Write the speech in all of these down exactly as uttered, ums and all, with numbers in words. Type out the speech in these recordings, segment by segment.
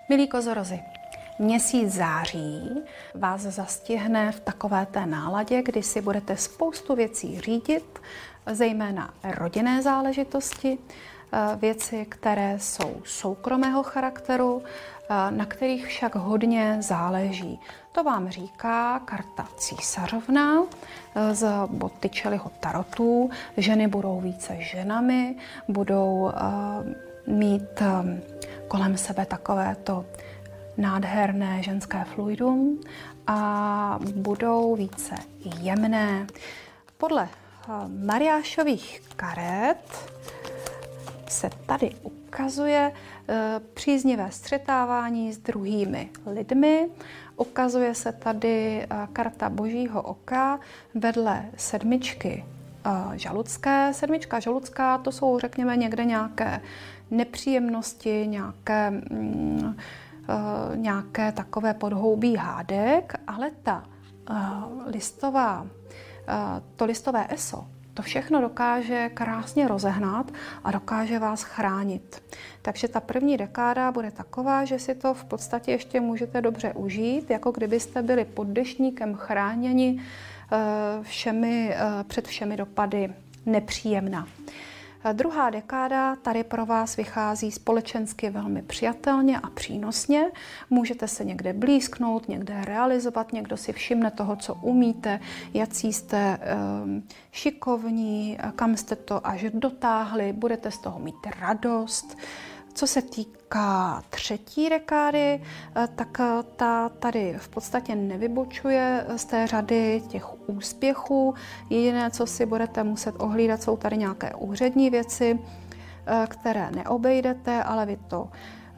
Milí kozorozi, měsíc září vás zastihne v takové té náladě, kdy si budete spoustu věcí řídit, zejména rodinné záležitosti, věci, které jsou soukromého charakteru, na kterých však hodně záleží. To vám říká karta císařovna z Botticelliho tarotu. Ženy budou více ženami, budou mít kolem sebe takovéto nádherné ženské fluidum a budou více jemné. Podle Mariášových karet se tady ukazuje příznivé střetávání s druhými lidmi. Ukazuje se tady karta Božího oka vedle sedmičky žaludské. Sedmička žaludská, to jsou, řekněme, někde nějaké nepříjemnosti, nějaké, mm, nějaké takové podhoubí hádek, ale ta listová, to listové eso, to všechno dokáže krásně rozehnat a dokáže vás chránit. Takže ta první dekáda bude taková, že si to v podstatě ještě můžete dobře užít, jako kdybyste byli pod deštníkem chráněni všemi, před všemi dopady nepříjemná. Druhá dekáda tady pro vás vychází společensky velmi přijatelně a přínosně. Můžete se někde blízknout, někde realizovat, někdo si všimne toho, co umíte, jací jste um, šikovní, kam jste to až dotáhli, budete z toho mít radost. Co se týká třetí dekády, tak ta tady v podstatě nevybočuje z té řady těch úspěchů. Jediné, co si budete muset ohlídat, jsou tady nějaké úřední věci, které neobejdete, ale vy to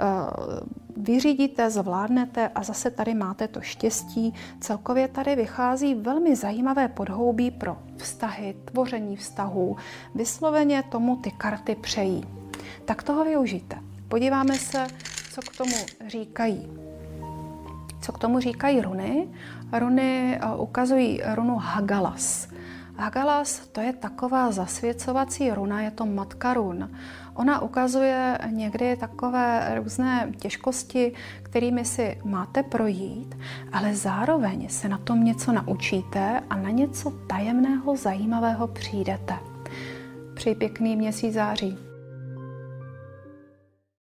vyřídíte, zvládnete a zase tady máte to štěstí. Celkově tady vychází velmi zajímavé podhoubí pro vztahy, tvoření vztahů. Vysloveně tomu ty karty přejí. Tak toho využijte. Podíváme se, co k tomu říkají. Co k tomu říkají runy? Runy ukazují runu Hagalas. Hagalas, to je taková zasvěcovací runa, je to matka run. Ona ukazuje někdy takové různé těžkosti, kterými si máte projít, ale zároveň se na tom něco naučíte a na něco tajemného, zajímavého přijdete. Přeji pěkný měsíc září.